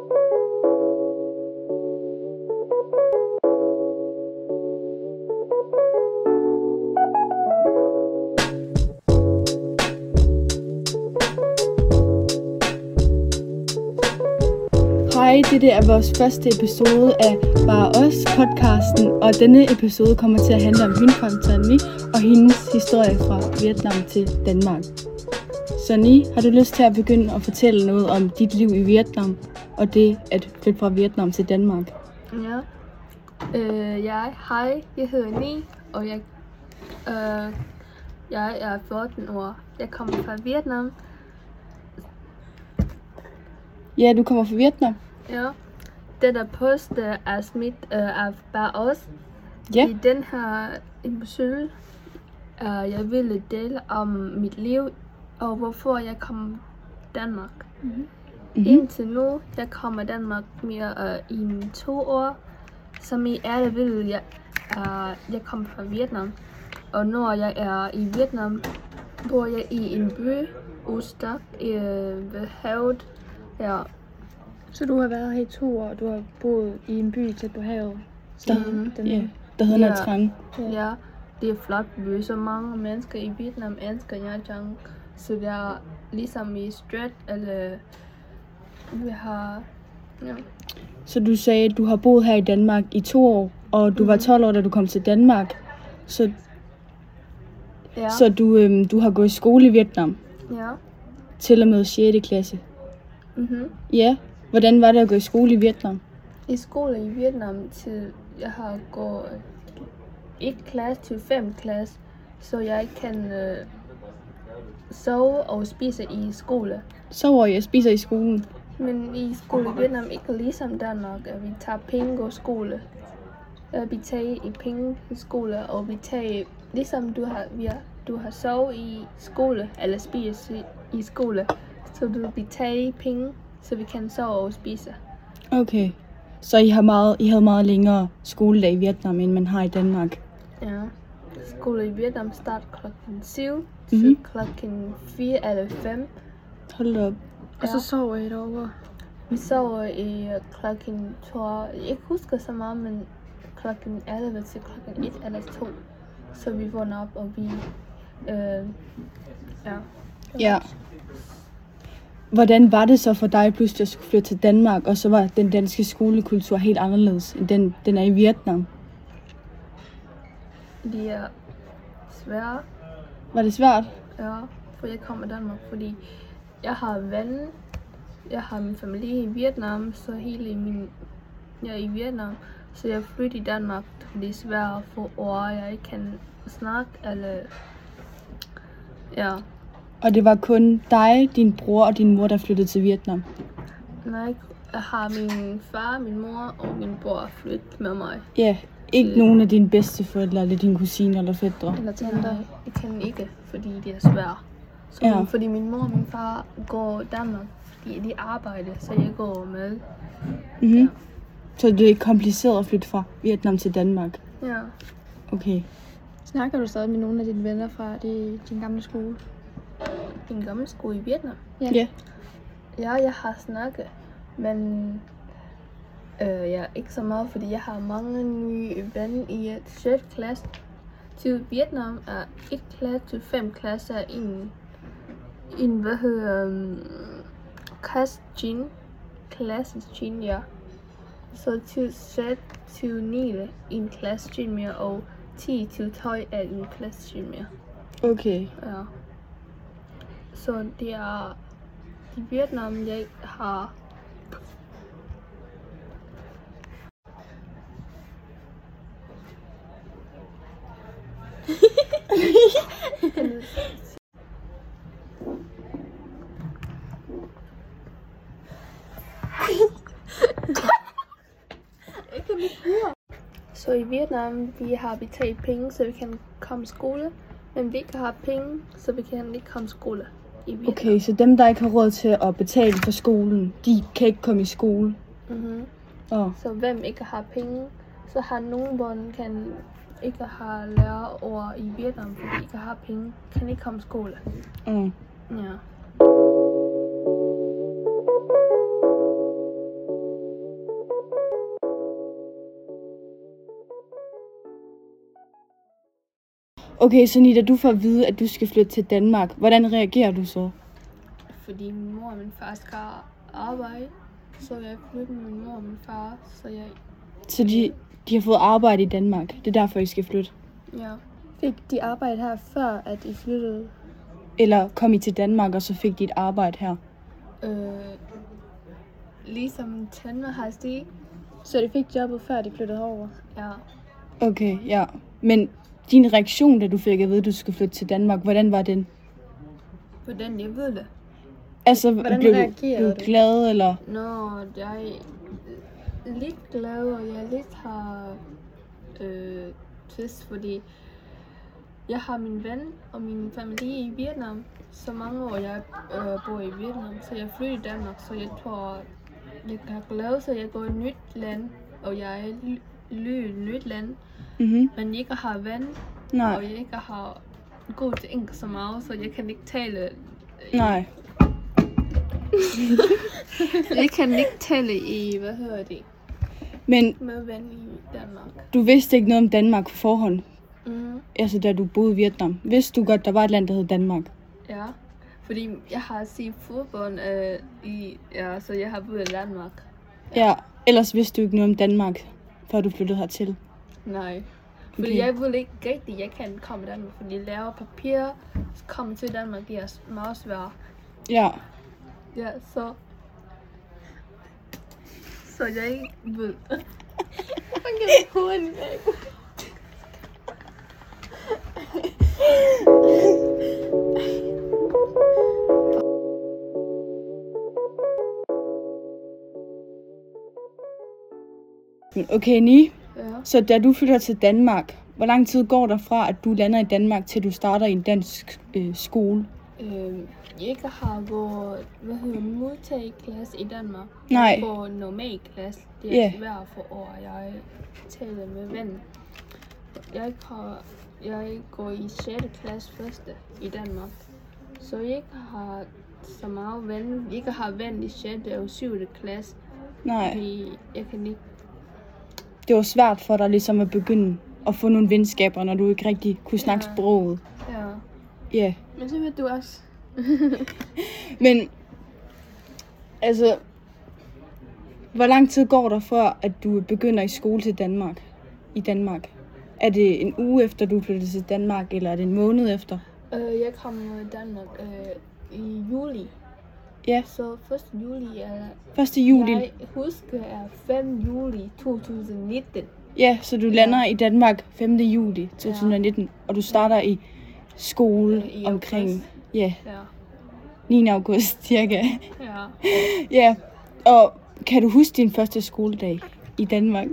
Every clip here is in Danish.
Hej, dette er vores første episode af Bare Os podcasten, og denne episode kommer til at handle om Huynh Thanh Ni og hendes historie fra Vietnam til Danmark. Så Ni, har du lyst til at begynde at fortælle noget om dit liv i Vietnam, og det at flytte fra Vietnam til Danmark? Ja. Hej, jeg hedder Ni, og jeg er 14 år. Jeg kommer fra Vietnam. Ja, du kommer fra Vietnam? Ja. Dette post er smidt af Bare Os. Ja. I den her episode jeg ville dele om mit liv og hvorfor jeg kom til Danmark. Mm-hmm. Indtil nu, jeg kommer til Danmark mere i 2 år. Som I alle ved, jeg kommer fra Vietnam. Og når jeg er i Vietnam, bor jeg i en by, Ustak, ved havet. Ja. Så du har været her i 2 år, du har boet i en by tæt på havet? Der hedder Nha Trang. Ja, det er flot by, så mange mennesker i Vietnam elsker Nha Trang. Så det er ligesom i Strait, eller vi har, ja. Så du sagde, at du har boet her i Danmark i 2 år, og du var 12 år, da du kom til Danmark. Så du har gået i skole i Vietnam? Ja. Til og med 6. klasse? Mm-hmm. Ja. Hvordan var det at gå i skole i Vietnam? I skole i Vietnam til jeg har gået 1 klasse til 5 klasse, så jeg kan sove og spise i skole. Sover jeg og spiser i skolen? Men i skole i Vietnam ikke ligesom Danmark, at vi tager penge og skole. Vi tager i penge i skole, og vi tager ligesom du har sovet i skole eller spise i skole, så du betaler penge, så vi kan sove og spise. Okay. Så I havde meget længere skoledag i Vietnam, end man har i Danmark? Ja. Skole i Vietnam starter klokken 7 til klokken 4 eller 5. Hold op. Og så sover I derovre? Vi sover i klokken 2. Jeg ikke husker så meget, men klokken 11 til klokken 1 eller 2. Så vi vågner op, og vi Ja. Hvordan var det så for dig pludselig at skulle flytte til Danmark, og så var den danske skolekultur helt anderledes end den er i Vietnam? Det er svært. Var det svært? Ja, for jeg kommer til Danmark, fordi jeg har venner. Jeg har min familie i Vietnam, så jeg er i Vietnam. Så jeg flytter i Danmark, det er svært for ord, jeg ikke kan snakke, eller ja. Og det var kun dig, din bror og din mor, der flyttede til Vietnam? Nej, jeg har min far, min mor og min bror flyttet med mig. Ja, ikke nogen af dine bedsteforældre, eller dine kusiner eller fætre? Eller tanter. Jeg kan ikke, fordi det er svært. Fordi min mor og min far går i Danmark, fordi de arbejder, så jeg går med. Mm-hmm. Ja. Så det er kompliceret at flytte fra Vietnam til Danmark? Ja. Okay. Snakker du stadig med nogle af dine venner fra din gamle skole? Min gamle skole i Vietnam? Ja. Ja, jeg har snakket, men ikke så meget, fordi jeg har mange nye venner i 6. klasse. Til Vietnam er 1 klasse til 5 klasser en klasse Chin, ja. Så til 6 til 9 en klasse Chin mere, og 10 til 12 er en klasse Chin mere. Okay. Ja. Så det er i Vietnam, jeg har Så i Vietnam, vi har betalt penge, så vi kan komme i skole. Men vi ikke har penge, så vi kan ikke komme i skole i Vietnam. Okay, så dem, der ikke har råd til at betale for skolen, de kan ikke komme i skole? Mm-hmm. Så hvem ikke har penge, så har nogen børn kan ikke have læreord i Vietnam, fordi de ikke har penge, kan ikke komme i skole. Ja. Okay, så Nida, du får at vide, at du skal flytte til Danmark. Hvordan reagerer du så? Fordi min mor og min far skal arbejde, så jeg flytter med min mor og min far, Så de har fået arbejde i Danmark? Det er derfor, I skal flytte? Ja. Fik de arbejde her, før at I flyttede? Eller kom I til Danmark, og så fik de et arbejde her? Ligesom Tanne har Stig. Så de fik jobbet, før de flyttede herover? Ja. Okay, ja. Men din reaktion, da du fik at vide, at du skulle flytte til Danmark, hvordan var den? Hvordan jeg ved det? Altså, Hvordan blev reagerede du du? glad, eller? Jeg er lidt glad, og jeg lidt har trist, fordi jeg har min ven og min familie i Vietnam. Så mange år jeg bor i Vietnam, så jeg flytter i Danmark, så jeg tror, jeg er glad, så jeg går i et nyt land, og jeg er i et nyt land, men jeg ikke har ven, Nej. og jeg ikke har god til engelsk så meget, så jeg kan ikke tale. Nej. Jeg kan ikke tale i, Men med ven i Danmark. du vidste ikke noget om Danmark på forhånd? Mm. Altså, da du boede i Vietnam. Vidste du godt, der var et land, der hed Danmark? Ja, fordi jeg har set fodbold så jeg har boet i Danmark. Ja. Ellers vidste du ikke noget om Danmark, før du flyttede hertil? Nej, fordi Okay. jeg ville ikke rigtigt, jeg kan komme i Danmark, fordi lave papir, komme til Danmark, det er meget svært. Ja. Ja, så jeg ikke ved. Okay, hurtigt væk. Okay, Ni. Ja. Så da du flytter til Danmark, hvor lang tid går der fra, at du lander i Danmark, til du starter i en dansk skole? Jeg har gået, modtageklasse i Danmark. Nej. Jeg går normal klasse. Det er Ja. svært for år, jeg taler med venner. Jeg går i 6. klasse første i Danmark. Så jeg ikke har så meget ven. Jeg ikke har ven i 6. og 7. klasse. Nej. Fordi jeg kan ikke. Det var svært for dig ligesom at begynde at få nogle venskaber, når du ikke rigtig kunne snakke Ja. sproget. Ja. Ja. Men så ved du også. Men, altså, hvor lang tid går der før, at du begynder i skole til Danmark? I Danmark? Er det en uge efter, du flytter til Danmark, eller er det en måned efter? Jeg kom i Danmark i juli. Ja, Så 1. juli er. 1. juli. Jeg husker er 5. juli 2019. Ja, så du lander i Danmark 5. juli 2019, og du starter i skole I omkring august. ja, Ja. 9. august cirka. Ja. Ja, og kan du huske din første skoledag i Danmark?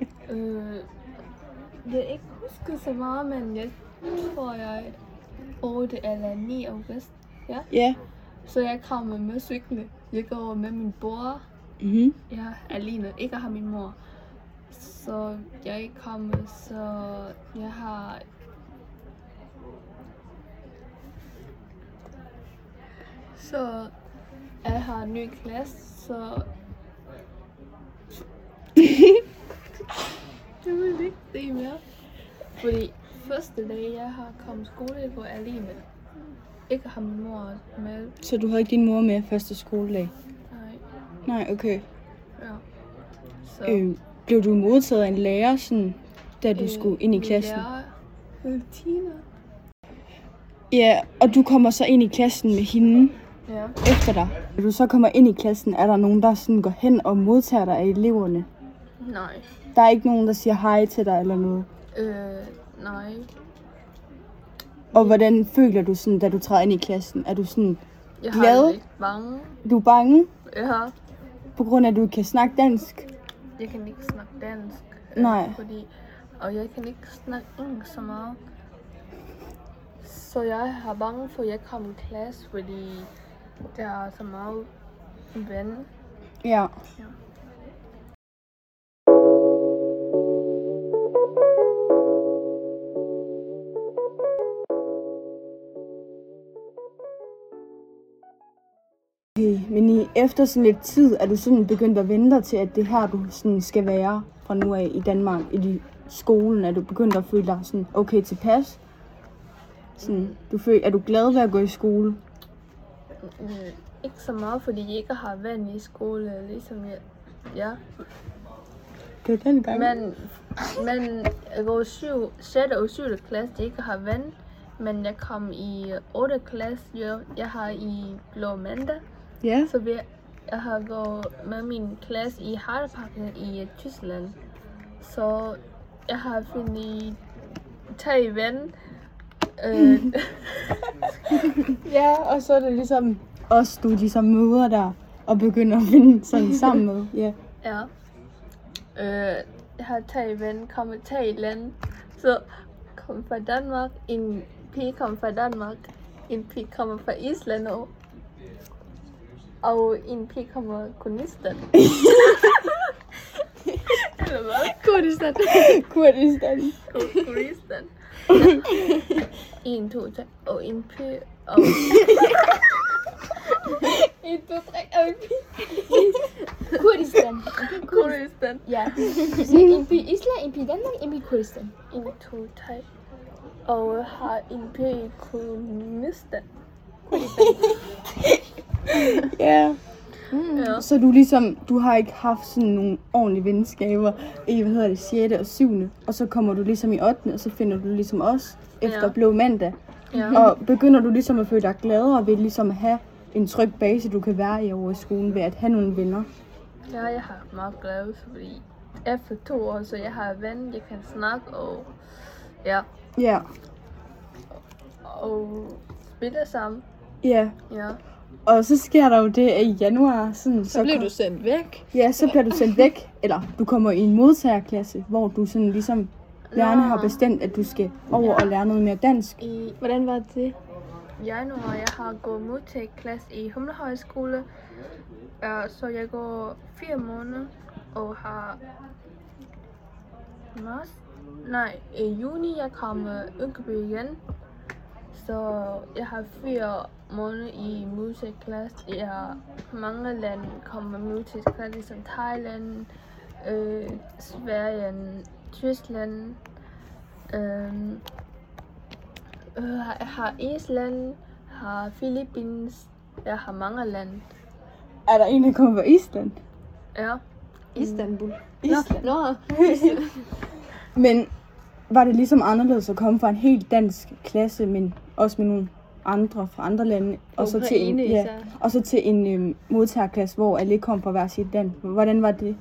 Jeg ikke husker så meget, men jeg tror, jeg 8 eller 9 august. Ja. Ja. Så jeg kommer med cykle. Jeg går med min bror. Mhm. Jeg er alene. Ikke har min mor. Så jeg kommer, så jeg har. Så jeg har en ny klasse, så. Jeg vil ikke se mere. Fordi første dag, jeg har kommet skole, jeg går alene. Ikke har min mor med. Så du havde ikke din mor med første skoledag? Nej. Nej, okay. Ja. Så, Blev du modtaget af en lærer, sådan, da du skulle ind i klassen? Min Tina. Ja, og du kommer så ind i klassen med hende Ja. efter dig. Når du så kommer ind i klassen, er der nogen, der sådan går hen og modtager dig af eleverne? Nej. Der er ikke nogen, der siger hej til dig eller noget? Nej. Og hvordan føler du sådan, da du træder ind i klassen? Er du sådan Jeg glad? har lidt bange. Du er bange? Ja. På grund af, at du ikke kan snakke dansk? Jeg kan ikke snakke dansk. Nej. Og jeg kan ikke snakke engelsk så meget. Så jeg har bange for, at jeg kommer i klasse, fordi der er så meget ven. Ja. Okay, men efter sådan lidt tid, er du sådan begyndt at vente dig til, at det her, du sådan skal være fra nu af i Danmark, i skolen? Er du begyndt at føle dig sådan okay tilpas? Sådan, er du glad ved at gå i skole? Ikke så meget, fordi jeg ikke har ven i skole, ligesom jeg. Ja. Det var den gang. Men jeg går 6. og 7. klasse, jeg ikke har ven. Men jeg kom i 8. klasse, jeg har i Blå Mandag. Ja. Så jeg har gået med min klasse i Heideparken i Tyskland. Så jeg har fundet 3 venner. Ja, og så er det ligesom os, du ligesom møder der og begynder at finde sådan sammen med. Ja. Ja. Jeg har 3 venner, kommer 3 lande. Så kom fra Danmark, en pige kommer fra Danmark, en pige kommer fra Island og en pige kommer fra Kurdistan. Eller hvad? Kurdistan. 1, 2, 3 og en pige og 1, 2, 3 og en pige. Kurdistan. Ja. Så en by Island, en by Danmark, en by Kurdistan. 1, 2, 3 og har en pige i Kurdistan. Ja. Ja. Så du har ikke haft sådan nogle ordentlige venskaber i, 6. og 7. Og så kommer du ligesom i 8. og så finder du ligesom os efter Blå Mandag. Ja. Og begynder du ligesom at føle dig gladere ved ligesom at have en tryg base, du kan være i over i skolen ved at have nogle venner. Ja, jeg har meget glad, fordi efter 2 år, så jeg har ven, jeg kan snakke og Ja. Og spille sammen. Ja. Ja. Og så sker der jo det, at i januar... Så bliver du sendt væk. Ja, så bliver du sendt væk. Eller du kommer i en modtagerklasse, hvor du sådan ligesom... Lærerne har bestemt, at du skal over og lære noget mere dansk. Hvordan var det? Januar, jeg har gået modtagerklasse i Humlehøjskole. Så jeg går 4 måneder og har... i juni jeg kommer Ynkeby igen. Så jeg har 4 måneder i modtagerklasse. Jeg har mange lande kommer modtagerklasse, som Thailand, Sverige, Tyskland. Jeg har Island, har Philippines, jeg har mange lande. Er der en, der kommer fra Island? Ja. Istanbul. Island. Nå. Men var det ligesom anderledes at komme fra en helt dansk klasse, men også med nogle andre fra andre lande, og så til en modtagerklasse, hvor alle kom fra hver sit land. Hvordan var det?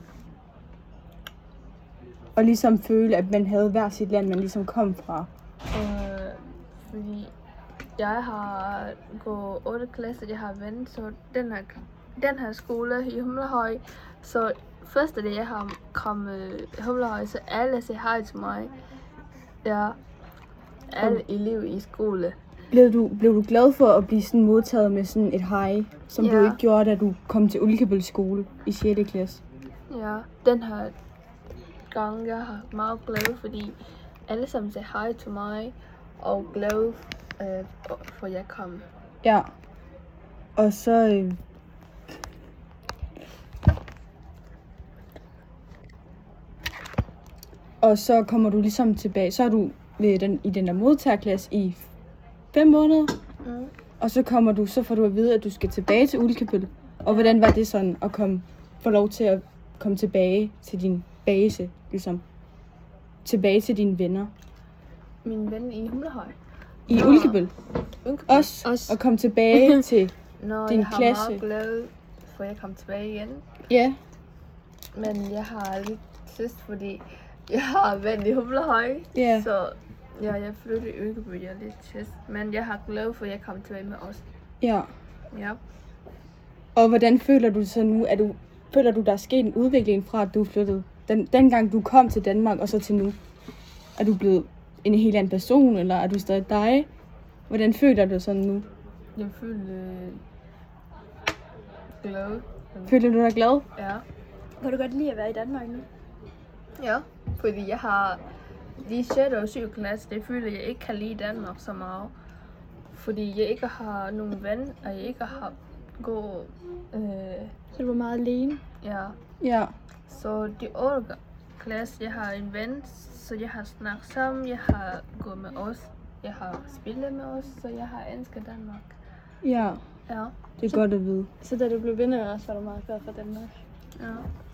Og ligesom føle, at man havde hver sit land, man ligesom kom fra. Fordi jeg har gået 8. klasse, jeg har venner, så den her skole i Humlehøj, så første dag jeg har kommet i Humlehøj, så alle siger hej til mig. Ja, alle elever i skole. Blev du glad for at blive sådan modtaget med sådan et hej, som du ikke gjorde, da du kom til Ulkebøl skole i 6. klasse? Ja, den her gang jeg har meget glad, fordi alle sammen siger hej til mig, og glad for jeg kom. Ja, og så... Og så kommer du ligesom tilbage, så er du i den der modtagerklasse i 5 måneder, og så får du at vide, at du skal tilbage til Ulkebøl. Og hvordan var det sådan at få lov til at komme tilbage til din base, ligesom tilbage til dine venner? Mine venner i Humlehøj. I Ulkebøl? Også. Og komme tilbage til din klasse. Jeg har meget glad for at jeg kom tilbage igen. Ja. Men jeg har lidt trist, fordi jeg har venner i Humlehøj. Ja. Så jeg flyttede i Ynkeby, jeg er lidt trist. Men jeg har glad for at jeg kom tilbage med os. Ja. Ja. Og hvordan føler du så nu? Føler du, der er sket en udvikling fra, at du flyttede? Dengang du kom til Danmark, og så til nu? Er du blevet en helt anden person, eller er du stadig dig? Hvordan føler du sådan nu? Jeg føler glad. Føler du dig glad? Ja. Kan du godt lide at være i Danmark nu? Ja, fordi jeg har de 6. og 7. klasse, det føler jeg ikke kan lide Danmark så meget. Fordi jeg ikke har nogen ven, og jeg ikke har gået... Så du var meget alene? Ja. Ja. Så de 8. klasse, jeg har en ven, så jeg har snakket sammen, jeg har gået med os. jeg har spillet med os, så jeg har ønsket Danmark. Ja, Ja. det er godt at vide. Så da du blev vinder også, var du meget glad for Danmark? Ja.